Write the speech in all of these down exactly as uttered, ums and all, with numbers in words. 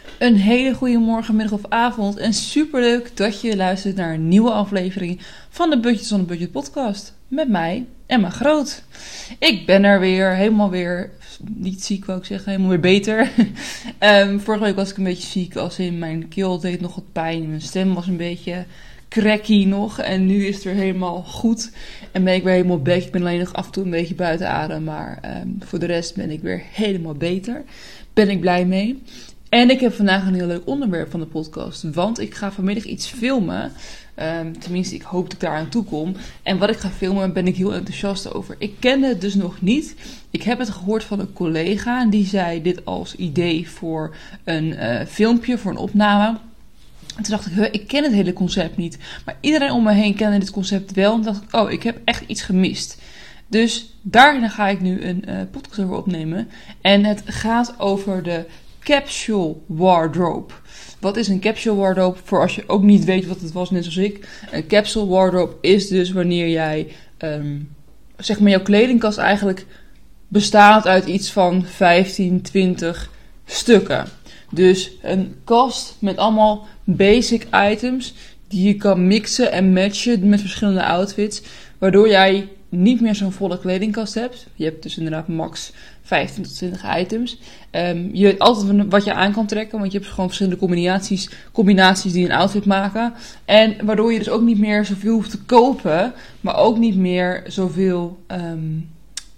Een hele goede morgen, middag of avond en superleuk dat je luistert naar een nieuwe aflevering van de Budget on the Budget podcast. Met mij, Emma Groot. Ik ben er weer, helemaal weer, niet ziek wou ik zeggen, helemaal weer beter. um, vorige week was ik een beetje ziek, als in mijn keel deed nog wat pijn. Mijn stem was een beetje cracky nog en nu is het weer helemaal goed. En ben ik weer helemaal back. Ik ben alleen nog af en toe een beetje buiten adem, maar um, voor de rest ben ik weer helemaal beter. Ben ik blij mee. En ik heb vandaag een heel leuk onderwerp van de podcast, want ik ga vanmiddag iets filmen. Um, tenminste, ik hoop dat ik daar aan toe kom. En wat ik ga filmen, ben ik heel enthousiast over. Ik kende het dus nog niet. Ik heb het gehoord van een collega en die zei dit als idee voor een uh, filmpje, voor een opname. En toen dacht ik, ik ken het hele concept niet. Maar iedereen om me heen kende dit concept wel. En dacht ik, oh, ik heb echt iets gemist. Dus daarna ga ik nu een uh, podcast over opnemen. En het gaat over de capsule wardrobe. Wat is een capsule wardrobe? Voor als je ook niet weet wat het was, net zoals ik. Een capsule wardrobe is dus wanneer jij, um, zeg maar, jouw kledingkast eigenlijk bestaat uit iets van vijftien, twintig stukken. Dus een kast met allemaal basic items die je kan mixen en matchen met verschillende outfits. Waardoor jij niet meer zo'n volle kledingkast hebt. Je hebt dus inderdaad max vijftien tot twintig items. Um, je weet altijd wat je aan kan trekken. Want je hebt gewoon verschillende combinaties, combinaties die een outfit maken. En waardoor je dus ook niet meer zoveel hoeft te kopen. Maar ook niet meer zoveel... Um,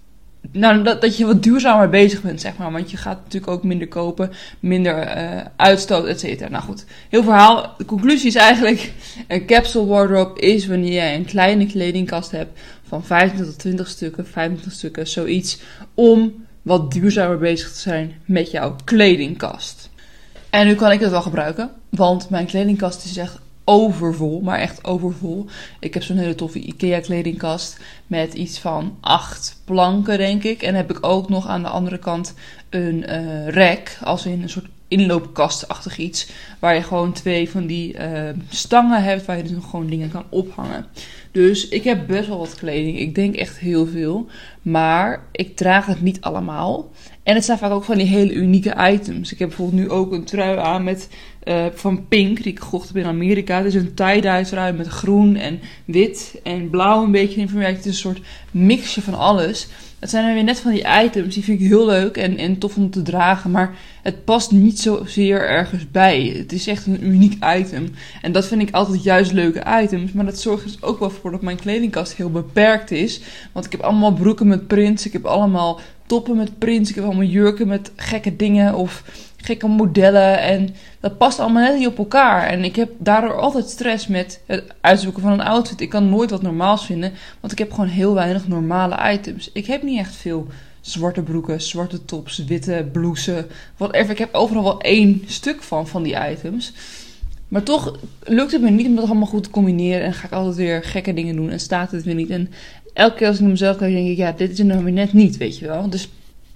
nou, dat, dat je wat duurzamer bezig bent, zeg maar. Want je gaat natuurlijk ook minder kopen. Minder uh, uitstoot, et cetera. Nou goed, heel verhaal. De conclusie is eigenlijk... Een capsule wardrobe is wanneer jij een kleine kledingkast hebt... van vijftien tot twintig stukken, vijfentwintig stukken, zoiets... om wat duurzamer bezig te zijn met jouw kledingkast. En nu kan ik het wel gebruiken. Want mijn kledingkast is echt overvol, maar echt overvol. Ik heb zo'n hele toffe IKEA kledingkast met iets van acht planken, denk ik. En heb ik ook nog aan de andere kant een uh, rack, als in een soort inloopkastachtig iets, waar je gewoon twee van die uh, stangen hebt, waar je dus nog gewoon dingen kan ophangen. Dus ik heb best wel wat kleding. Ik denk echt heel veel. Maar ik draag het niet allemaal. En het zijn vaak ook van die hele unieke items. Ik heb bijvoorbeeld nu ook een trui aan met, uh, van Pink, die ik gekocht heb in Amerika. Het is een tie-dye trui met groen en wit en blauw een beetje in verwerkt. Het is een soort mixje van alles. Het zijn er weer net van die items, die vind ik heel leuk en, en tof om te dragen. Maar het past niet zozeer ergens bij. Het is echt een uniek item. En dat vind ik altijd juist leuke items. Maar dat zorgt dus ook wel voor dat mijn kledingkast heel beperkt is. Want ik heb allemaal broeken met prints. Ik heb allemaal toppen met prints. Ik heb allemaal jurken met gekke dingen of gekke modellen. En dat past allemaal net niet op elkaar. En ik heb daardoor altijd stress met het uitzoeken van een outfit. Ik kan nooit wat normaals vinden. Want ik heb gewoon heel weinig normale items. Ik heb niet echt veel zwarte broeken, zwarte tops, witte blouses, whatever. Ik heb overal wel één stuk van, van die items. Maar toch lukt het me niet om dat allemaal goed te combineren. En ga ik altijd weer gekke dingen doen en staat het weer niet. En elke keer als ik naar mezelf kijk, denk ik, ja, dit is er nou weer net niet, weet je wel. Dus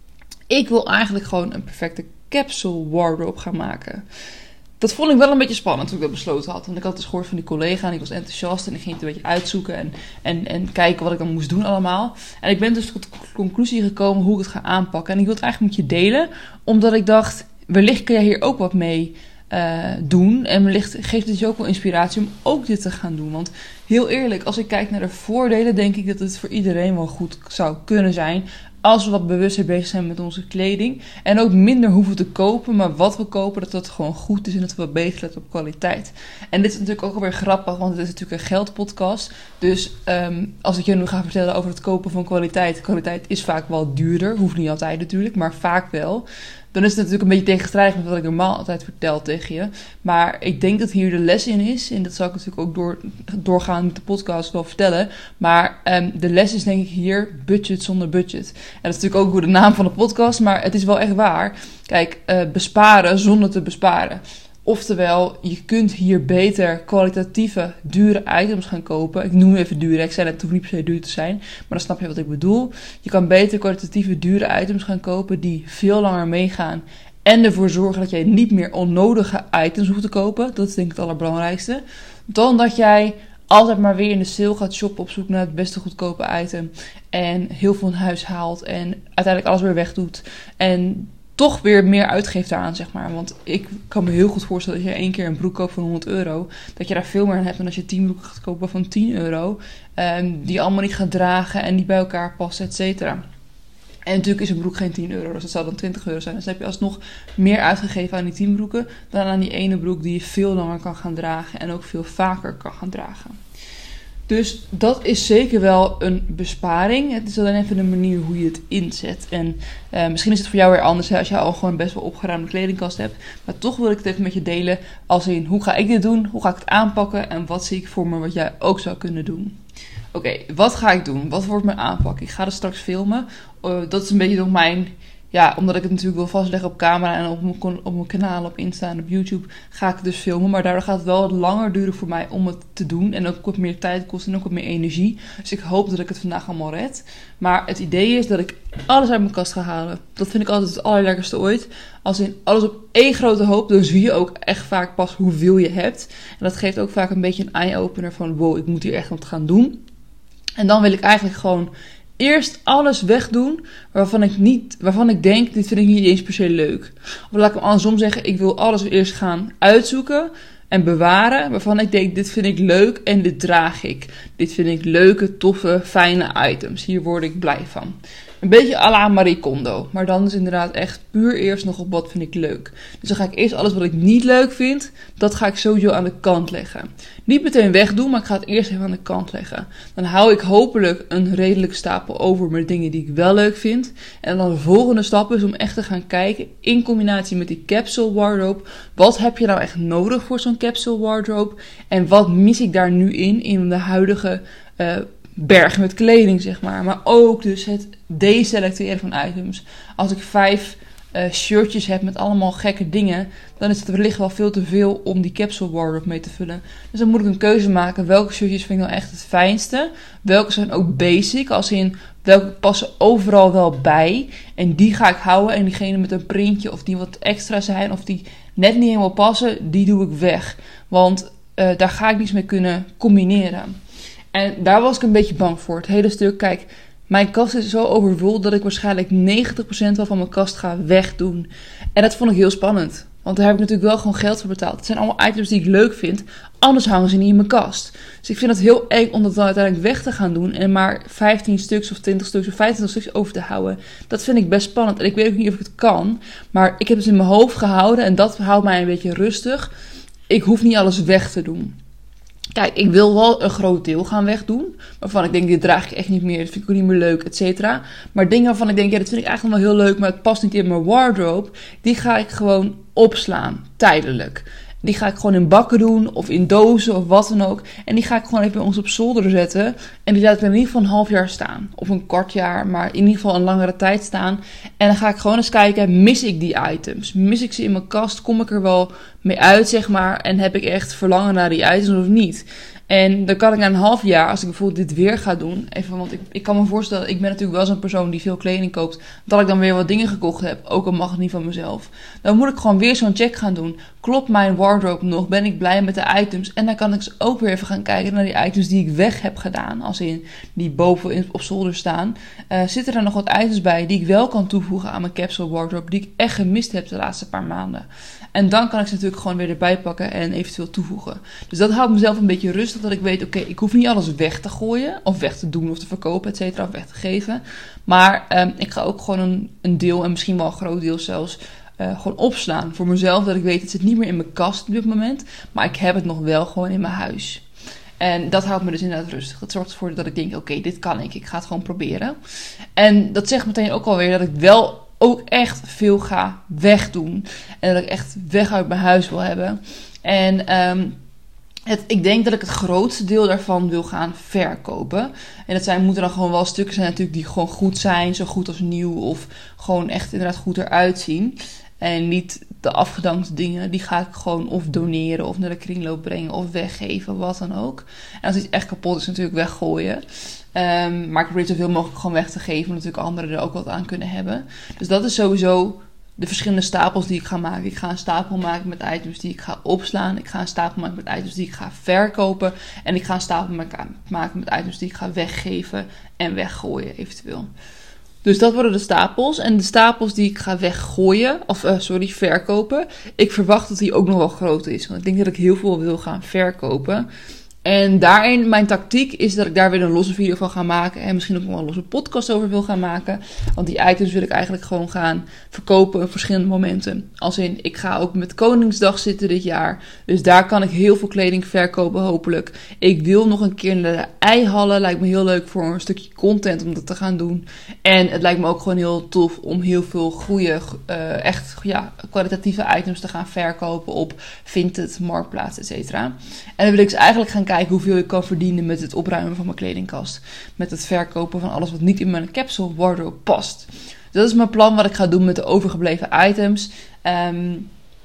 ik wil eigenlijk gewoon een perfecte capsule wardrobe gaan maken. Dat vond ik wel een beetje spannend toen ik dat besloten had. Want ik had dus gehoord van die collega en ik was enthousiast. En ik ging het een beetje uitzoeken en, en, en kijken wat ik dan moest doen allemaal. En ik ben dus tot de conclusie gekomen hoe ik het ga aanpakken. En ik wil het eigenlijk met je delen. Omdat ik dacht, wellicht kun jij hier ook wat mee uh, doen. En wellicht geeft het je ook wel inspiratie om ook dit te gaan doen. Want heel eerlijk, als ik kijk naar de voordelen, denk ik dat het voor iedereen wel goed zou kunnen zijn. Als we wat bewuster bezig zijn met onze kleding. En ook minder hoeven te kopen. Maar wat we kopen, dat dat gewoon goed is. En dat we wat beter letten op kwaliteit. En dit is natuurlijk ook alweer grappig. Want het is natuurlijk een geldpodcast. Dus um, als ik je nu ga vertellen over het kopen van kwaliteit. Kwaliteit is vaak wel duurder. Hoeft niet altijd natuurlijk. Maar vaak wel. Dan is het natuurlijk een beetje tegenstrijdig met wat ik normaal altijd vertel tegen je. Maar ik denk dat hier de les in is. En dat zal ik natuurlijk ook door, doorgaan met de podcast wel vertellen. Maar um, de les is denk ik hier budget zonder budget. En dat is natuurlijk ook hoe de naam van de podcast. Maar het is wel echt waar. Kijk, uh, besparen zonder te besparen. Oftewel, je kunt hier beter kwalitatieve, dure items gaan kopen. Ik noem even duur, ik zei net, het hoeft niet per se duur te zijn. Maar dan snap je wat ik bedoel. Je kan beter kwalitatieve, dure items gaan kopen die veel langer meegaan. En ervoor zorgen dat jij niet meer onnodige items hoeft te kopen. Dat is denk ik het allerbelangrijkste. Dan dat jij altijd maar weer in de sale gaat shoppen op zoek naar het beste goedkope item. En heel veel in huis haalt en uiteindelijk alles weer wegdoet. En toch weer meer uitgeeft daaraan, zeg maar. Want ik kan me heel goed voorstellen dat je één keer een broek koopt van honderd euro, dat je daar veel meer aan hebt dan als je tien broeken gaat kopen van tien euro. Um, die je allemaal niet gaat dragen en die bij elkaar passen, et cetera. En natuurlijk is een broek geen tien euro, dus dat zou dan twintig euro zijn. Dus dan heb je alsnog meer uitgegeven aan die tien broeken dan aan die ene broek die je veel langer kan gaan dragen en ook veel vaker kan gaan dragen. Dus dat is zeker wel een besparing. Het is alleen even de manier hoe je het inzet. En uh, misschien is het voor jou weer anders, hè, als je al gewoon best wel opgeruimde kledingkast hebt. Maar toch wil ik het even met je delen als in hoe ga ik dit doen, hoe ga ik het aanpakken en wat zie ik voor me wat jij ook zou kunnen doen. Oké, okay, wat ga ik doen? Wat wordt mijn aanpak? Ik ga er straks filmen. Uh, dat is een beetje door mijn... Ja, omdat ik het natuurlijk wil vastleggen op camera en op mijn, op mijn kanaal, op Insta en op YouTube, ga ik het dus filmen. Maar daardoor gaat het wel wat langer duren voor mij om het te doen. En ook wat meer tijd kost en ook wat meer energie. Dus ik hoop dat ik het vandaag allemaal red. Maar het idee is dat ik alles uit mijn kast ga halen. Dat vind ik altijd het allerlekkerste ooit. Als in alles op één grote hoop, dan zie je ook echt vaak pas hoeveel je hebt. En dat geeft ook vaak een beetje een eye-opener van wow, ik moet hier echt wat gaan doen. En dan wil ik eigenlijk gewoon eerst alles wegdoen waarvan ik niet, waarvan ik denk, dit vind ik niet eens per se leuk. Of laat ik hem andersom zeggen, ik wil alles eerst gaan uitzoeken en bewaren waarvan ik denk, dit vind ik leuk en dit draag ik. Dit vind ik leuke, toffe, fijne items. Hier word ik blij van. Een beetje à la Marie Kondo. Maar dan is inderdaad echt puur eerst nog op wat vind ik leuk. Dus dan ga ik eerst alles wat ik niet leuk vind, dat ga ik sowieso aan de kant leggen. Niet meteen wegdoen, maar ik ga het eerst even aan de kant leggen. Dan hou ik hopelijk een redelijke stapel over met dingen die ik wel leuk vind. En dan de volgende stap is om echt te gaan kijken, in combinatie met die capsule wardrobe, wat heb je nou echt nodig voor zo'n capsule wardrobe? En wat mis ik daar nu in, in de huidige uh, berg met kleding, zeg maar. Maar ook dus het deselecteren van items. Als ik vijf uh, shirtjes heb met allemaal gekke dingen, dan is het wellicht wel veel te veel om die capsule wardrobe mee te vullen. Dus dan moet ik een keuze maken. Welke shirtjes vind ik nou echt het fijnste? Welke zijn ook basic, als in welke passen overal wel bij. En die ga ik houden. En diegene met een printje of die wat extra zijn of die net niet helemaal passen, die doe ik weg. Want uh, daar ga ik niets mee kunnen combineren. En daar was ik een beetje bang voor. Het hele stuk, kijk, mijn kast is zo overvol dat ik waarschijnlijk negentig procent wel van mijn kast ga wegdoen. En dat vond ik heel spannend. Want daar heb ik natuurlijk wel gewoon geld voor betaald. Het zijn allemaal items die ik leuk vind. Anders hangen ze niet in mijn kast. Dus ik vind het heel eng om dat dan uiteindelijk weg te gaan doen. En maar vijftien stuks of twintig stuks of vijfentwintig stuks over te houden. Dat vind ik best spannend. En ik weet ook niet of ik het kan. Maar ik heb het in mijn hoofd gehouden. En dat houdt mij een beetje rustig. Ik hoef niet alles weg te doen. Kijk, ik wil wel een groot deel gaan wegdoen. Waarvan ik denk, dit draag ik echt niet meer. Dat vind ik ook niet meer leuk, et cetera. Maar dingen waarvan ik denk, ja, dat vind ik eigenlijk wel heel leuk. Maar het past niet in mijn wardrobe. Die ga ik gewoon opslaan. Tijdelijk. Die ga ik gewoon in bakken doen. Of in dozen of wat dan ook. En die ga ik gewoon even bij ons op zolder zetten. En die laat ik in ieder geval een half jaar staan. Of een kwart jaar. Maar in ieder geval een langere tijd staan. En dan ga ik gewoon eens kijken. Mis ik die items? Mis ik ze in mijn kast? Kom ik er wel mee uit, zeg maar? En heb ik echt verlangen naar die items of niet? En dan kan ik na een half jaar, als ik bijvoorbeeld dit weer ga doen, even, want ik, ik kan me voorstellen, ik ben natuurlijk wel zo'n persoon die veel kleding koopt, dat ik dan weer wat dingen gekocht heb, ook al mag het niet van mezelf. Dan moet ik gewoon weer zo'n check gaan doen. Klopt mijn wardrobe nog? Ben ik blij met de items? En dan kan ik dus ook weer even gaan kijken naar die items die ik weg heb gedaan, als in die boven op zolder staan. Uh, zitten er nog wat items bij die ik wel kan toevoegen aan mijn capsule wardrobe, die ik echt gemist heb de laatste paar maanden? En dan kan ik ze natuurlijk gewoon weer erbij pakken en eventueel toevoegen. Dus dat houdt mezelf een beetje rustig, dat ik weet, oké, okay, ik hoef niet alles weg te gooien, of weg te doen of te verkopen, et cetera, of weg te geven. Maar um, ik ga ook gewoon een, een deel, en misschien wel een groot deel zelfs, uh, gewoon opslaan voor mezelf. Dat ik weet, het zit niet meer in mijn kast op dit moment, maar ik heb het nog wel gewoon in mijn huis. En dat houdt me dus inderdaad rustig. Dat zorgt ervoor dat ik denk, oké, okay, dit kan ik. Ik ga het gewoon proberen. En dat zegt meteen ook alweer dat ik wel ook echt veel ga wegdoen. En dat ik echt weg uit mijn huis wil hebben. En um, het, ik denk dat ik het grootste deel daarvan wil gaan verkopen. En dat zijn, moeten dan gewoon wel stukken zijn natuurlijk die gewoon goed zijn. Zo goed als nieuw. Of gewoon echt inderdaad goed eruit zien. En niet de afgedankte dingen. Die ga ik gewoon of doneren. Of naar de kringloop brengen. Of weggeven. Wat dan ook. En als iets echt kapot is natuurlijk weggooien. Um, maar ik probeer zoveel mogelijk gewoon weg te geven. Omdat natuurlijk anderen er ook wat aan kunnen hebben. Dus dat is sowieso de verschillende stapels die ik ga maken. Ik ga een stapel maken met items die ik ga opslaan. Ik ga een stapel maken met items die ik ga verkopen. En ik ga een stapel maken met items die ik ga weggeven en weggooien eventueel. Dus dat worden de stapels. En de stapels die ik ga weggooien, of uh, sorry, verkopen. Ik verwacht dat die ook nog wel groot is. Want ik denk dat ik heel veel wil gaan verkopen. En daarin, mijn tactiek is dat ik daar weer een losse video van ga maken. En misschien ook nog wel een losse podcast over wil gaan maken. Want die items wil ik eigenlijk gewoon gaan verkopen op verschillende momenten. Als in, ik ga ook met Koningsdag zitten dit jaar. Dus daar kan ik heel veel kleding verkopen hopelijk. Ik wil nog een keer naar de eihallen. Lijkt me heel leuk voor een stukje content om dat te gaan doen. En het lijkt me ook gewoon heel tof om heel veel goede, uh, echt ja, kwalitatieve items te gaan verkopen op Vinted, Marktplaats, et cetera. En dan wil ik dus eigenlijk gaan kijken hoeveel ik kan verdienen met het opruimen van mijn kledingkast. Met het verkopen van alles wat niet in mijn capsule wardrobe past. Dat is mijn plan wat ik ga doen met de overgebleven items. Um,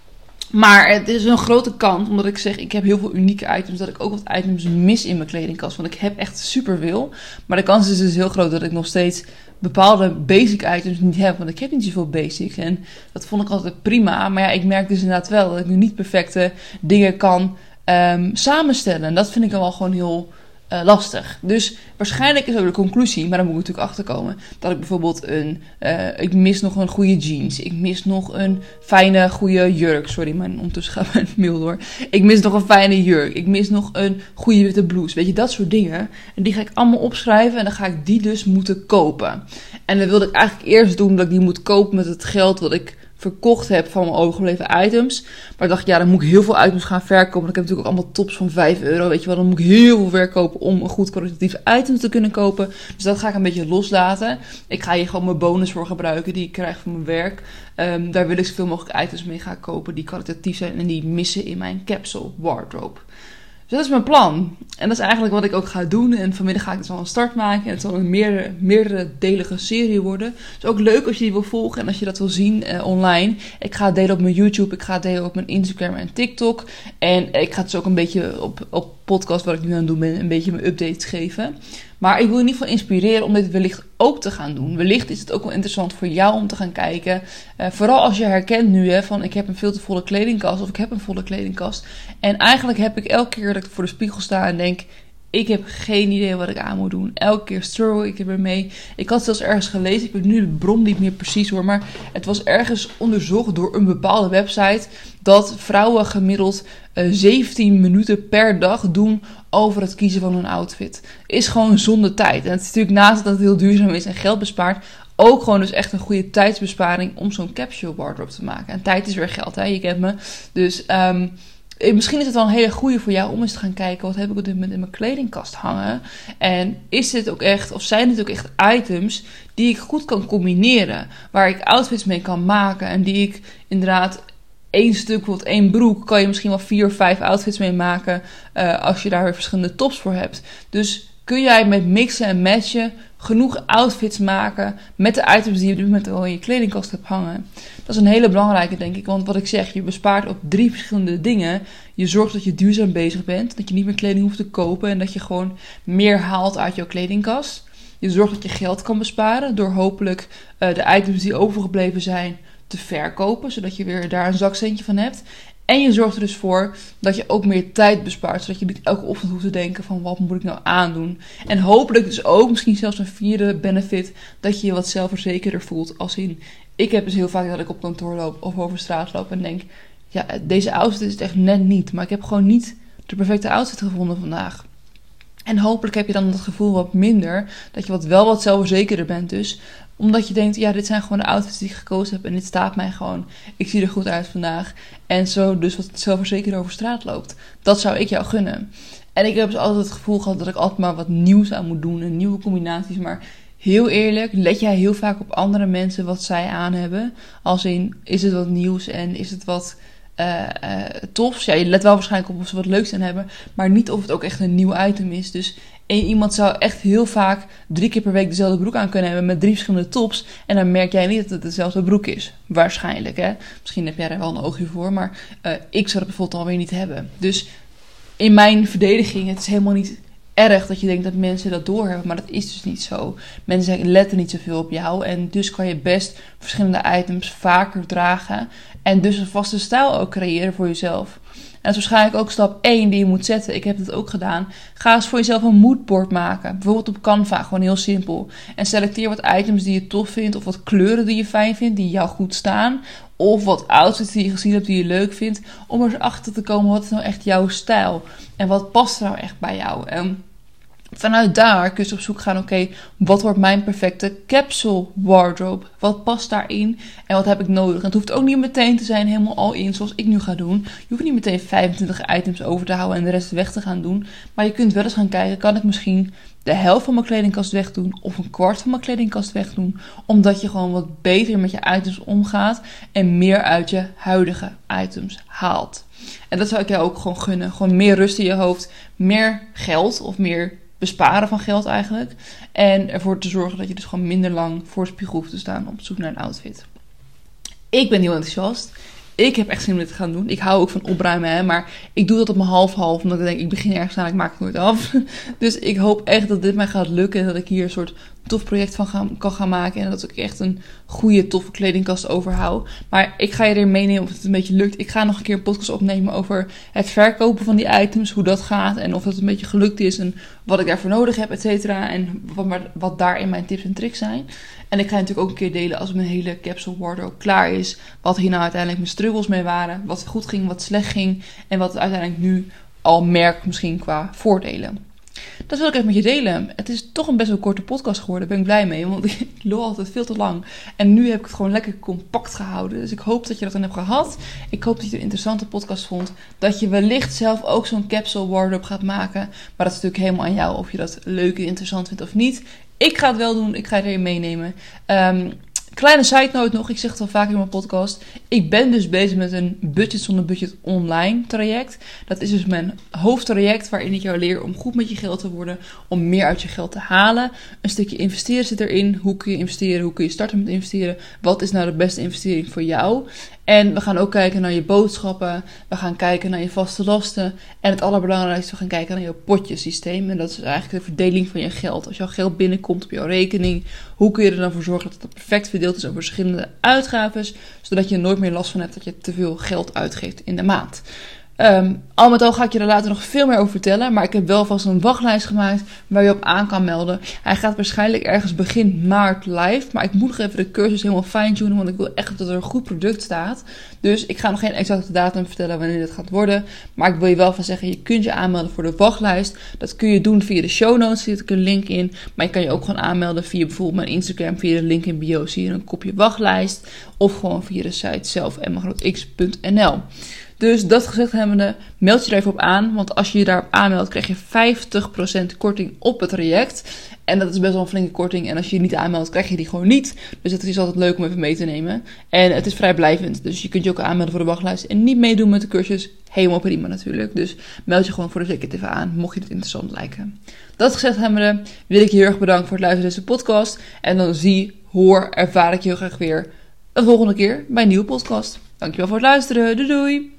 maar het is een grote kans, omdat ik zeg ik heb heel veel unieke items, dat ik ook wat items mis in mijn kledingkast. Want ik heb echt superveel. Maar de kans is dus heel groot dat ik nog steeds bepaalde basic items niet heb. Want ik heb niet zoveel basics. En dat vond ik altijd prima. Maar ja, ik merk dus inderdaad wel dat ik nu niet perfecte dingen kan Um, samenstellen. En dat vind ik dan wel gewoon heel uh, lastig. Dus waarschijnlijk is ook de conclusie, maar daar moet ik natuurlijk achter komen, dat ik bijvoorbeeld een, uh, ik mis nog een goede jeans. Ik mis nog een fijne, goede jurk. Sorry, maar ondertussen gaat mijn mail door. Ik mis nog een fijne jurk. Ik mis nog een goede witte blouse. Weet je, dat soort dingen. En die ga ik allemaal opschrijven en dan ga ik die dus moeten kopen. En dan wilde ik eigenlijk eerst doen dat ik die moet kopen met het geld wat ik verkocht heb van mijn overgebleven items. Maar ik dacht, ja, dan moet ik heel veel items gaan verkopen. Ik heb natuurlijk ook allemaal tops van vijf euro. Weet je wel, dan moet ik heel veel verkopen om een goed kwalitatief item te kunnen kopen. Dus dat ga ik een beetje loslaten. Ik ga hier gewoon mijn bonus voor gebruiken die ik krijg van mijn werk. Um, daar wil ik zoveel mogelijk items mee gaan kopen die kwalitatief zijn en die missen in mijn capsule wardrobe. Dus dat is mijn plan. En dat is eigenlijk wat ik ook ga doen. En vanmiddag ga ik dus al een start maken. En het zal een meerdere, meerdere delige serie worden. Het is ook leuk als je die wil volgen en als je dat wil zien uh, online. Ik ga het delen op mijn YouTube. Ik ga het delen op mijn Instagram en TikTok. En ik ga het dus ook een beetje op, op podcast, wat ik nu aan het doen ben, een beetje mijn updates geven. Maar ik wil in ieder geval inspireren om dit wellicht ook te gaan doen. Wellicht is het ook wel interessant voor jou om te gaan kijken. Uh, vooral als je herkent nu hè, van ik heb een veel te volle kledingkast of ik heb een volle kledingkast. En eigenlijk heb ik elke keer dat ik voor de spiegel sta en denk, ik heb geen idee wat ik aan moet doen. Elke keer struggle ik ermee. Ik had zelfs ergens gelezen, ik weet nu de bron niet meer precies hoor, maar het was ergens onderzocht door een bepaalde website dat vrouwen gemiddeld uh, zeventien minuten per dag doen over het kiezen van hun outfit. Is gewoon zonde tijd. En het is natuurlijk naast dat het heel duurzaam is en geld bespaart, ook gewoon dus echt een goede tijdsbesparing om zo'n capsule wardrobe te maken. En tijd is weer geld, hè? Je kent me. Dus um, misschien is het wel een hele goede voor jou om eens te gaan kijken, wat heb ik op dit moment in mijn kledingkast hangen? En is dit ook echt, of zijn dit ook echt items die ik goed kan combineren? Waar ik outfits mee kan maken en die ik inderdaad één stuk, bijvoorbeeld één broek, kan je misschien wel vier of vijf outfits mee maken uh, als je daar weer verschillende tops voor hebt. Dus kun jij met mixen en matchen genoeg outfits maken met de items die je op dit moment al in je kledingkast hebt hangen. Dat is een hele belangrijke, denk ik. Want wat ik zeg, je bespaart op drie verschillende dingen. Je zorgt dat je duurzaam bezig bent. Dat je niet meer kleding hoeft te kopen. En dat je gewoon meer haalt uit jouw kledingkast. Je zorgt dat je geld kan besparen. Door hopelijk uh, de items die overgebleven zijn te verkopen. Zodat je weer daar een zakcentje van hebt. En je zorgt er dus voor dat je ook meer tijd bespaart. Zodat je niet elke ochtend hoeft te denken van wat moet ik nou aandoen. En hopelijk dus ook misschien zelfs een vierde benefit. Dat je je wat zelfverzekerder voelt. Als in, ik heb dus heel vaak dat ik op kantoor loop of over straat loop. En denk, ja deze outfit is het echt net niet. Maar ik heb gewoon niet de perfecte outfit gevonden vandaag. En hopelijk heb je dan dat gevoel wat minder. Dat je wat wel wat zelfverzekerder bent dus. Omdat je denkt, ja, dit zijn gewoon de outfits die ik gekozen heb. En dit staat mij gewoon. Ik zie er goed uit vandaag. En zo dus wat zelfverzekerder over straat loopt. Dat zou ik jou gunnen. En ik heb dus altijd het gevoel gehad dat ik altijd maar wat nieuws aan moet doen. En nieuwe combinaties. Maar heel eerlijk, let jij heel vaak op andere mensen wat zij aan hebben. Als in, is het wat nieuws en is het wat uh, uh, tofs? Ja, je let wel waarschijnlijk op of ze wat leuks aan hebben. Maar niet of het ook echt een nieuw item is. Dus en iemand zou echt heel vaak drie keer per week dezelfde broek aan kunnen hebben met drie verschillende tops. En dan merk jij niet dat het dezelfde broek is. Waarschijnlijk, hè. Misschien heb jij er wel een oogje voor, maar uh, ik zou het bijvoorbeeld alweer niet hebben. Dus in mijn verdediging, het is helemaal niet erg dat je denkt dat mensen dat doorhebben, maar dat is dus niet zo. Mensen letten niet zoveel op jou en dus kan je best verschillende items vaker dragen en dus een vaste stijl ook creëren voor jezelf. dat is waarschijnlijk ook stap één die je moet zetten. Ik heb het ook gedaan. Ga eens voor jezelf een moodboard maken. Bijvoorbeeld op Canva, gewoon heel simpel. En selecteer wat items die je tof vindt, of wat kleuren die je fijn vindt, die jou goed staan. Of wat outfits die je gezien hebt die je leuk vindt. Om er eens achter te komen, wat is nou echt jouw stijl? En wat past er nou echt bij jou? En vanuit daar kun je op zoek gaan, oké, okay, wat wordt mijn perfecte capsule wardrobe? Wat past daarin en wat heb ik nodig? En het hoeft ook niet meteen te zijn helemaal al in zoals ik nu ga doen. Je hoeft niet meteen vijfentwintig items over te houden en de rest weg te gaan doen. Maar je kunt wel eens gaan kijken, kan ik misschien de helft van mijn kledingkast wegdoen of een kwart van mijn kledingkast wegdoen? Omdat je gewoon wat beter met je items omgaat en meer uit je huidige items haalt. En dat zou ik jou ook gewoon gunnen. Gewoon meer rust in je hoofd, meer geld of meer besparen van geld eigenlijk. En ervoor te zorgen dat je dus gewoon minder lang voor de spiegel hoeft te staan op zoek naar een outfit. Ik ben heel enthousiast. Ik heb echt zin om dit te gaan doen. Ik hou ook van opruimen, hè, maar ik doe dat op mijn half-half. Omdat ik denk, ik begin ergens aan, ik maak het nooit af. Dus ik hoop echt dat dit mij gaat lukken. En dat ik hier een soort tof project van gaan, kan gaan maken. En dat ik echt een goede, toffe kledingkast overhoud. Maar ik ga je erin meenemen of het een beetje lukt. Ik ga nog een keer een podcast opnemen over het verkopen van die items. Hoe dat gaat en of het een beetje gelukt is. En wat ik daarvoor nodig heb, et cetera. En wat, wat daarin mijn tips en tricks zijn. En ik ga natuurlijk ook een keer delen als mijn hele capsule wardrobe klaar is. Wat hier nou uiteindelijk mijn struggles mee waren. Wat goed ging, wat slecht ging. En wat uiteindelijk nu al merk misschien qua voordelen. Dat wil ik even met je delen. Het is toch een best wel korte podcast geworden. Daar ben ik blij mee. Want ik loop altijd veel te lang. En nu heb ik het gewoon lekker compact gehouden. Dus ik hoop dat je dat dan hebt gehad. Ik hoop dat je het een interessante podcast vond. Dat je wellicht zelf ook zo'n capsule wardrobe gaat maken. Maar dat is natuurlijk helemaal aan jou. Of je dat leuk en interessant vindt of niet. Ik ga het wel doen. Ik ga het erin meenemen. Um, Kleine side note nog, ik zeg het al vaak in mijn podcast. Ik ben dus bezig met een budget zonder budget online traject. Dat is dus mijn hoofdtraject waarin ik jou leer om goed met je geld te worden. Om meer uit je geld te halen. Een stukje investeren zit erin. Hoe kun je investeren? Hoe kun je starten met investeren? Wat is nou de beste investering voor jou? En we gaan ook kijken naar je boodschappen. We gaan kijken naar je vaste lasten. En het allerbelangrijkste, we gaan kijken naar je potjesysteem. En dat is eigenlijk de verdeling van je geld. Als jouw geld binnenkomt op jouw rekening, hoe kun je er dan voor zorgen dat het perfect verdeeld is over verschillende uitgaven, zodat je er nooit meer last van hebt dat je te veel geld uitgeeft in de maand. Um, al met al ga ik je er later nog veel meer over vertellen. Maar ik heb wel vast een wachtlijst gemaakt waar je op aan kan melden. Hij gaat waarschijnlijk ergens begin maart live. Maar ik moet nog even de cursus helemaal fine-tunen. Want ik wil echt dat er een goed product staat. Dus ik ga nog geen exacte datum vertellen wanneer dit gaat worden. Maar ik wil je wel van zeggen, je kunt je aanmelden voor de wachtlijst. Dat kun je doen via de show notes. Zit ik een link in. Maar je kan je ook gewoon aanmelden via bijvoorbeeld mijn Instagram. Via de link in bio zie je een kopje wachtlijst. Of gewoon via de site zelf emma groot x punt n l. Dus dat gezegd hebbende, meld je er even op aan. Want als je je daarop aanmeldt, krijg je vijftig procent korting op het traject. En dat is best wel een flinke korting. En als je je niet aanmeldt, krijg je die gewoon niet. Dus het is altijd leuk om even mee te nemen. En het is vrijblijvend. Dus je kunt je ook aanmelden voor de wachtlijst. En niet meedoen met de cursus. Helemaal prima natuurlijk. Dus meld je gewoon voor de zekerheid even aan. Mocht je het interessant lijken. Dat gezegd hebbende, wil ik je heel erg bedanken voor het luisteren naar deze podcast. En dan zie, hoor, ervaar ik je heel graag weer een volgende keer bij een nieuwe podcast. Dankjewel voor het luisteren. Doei doei!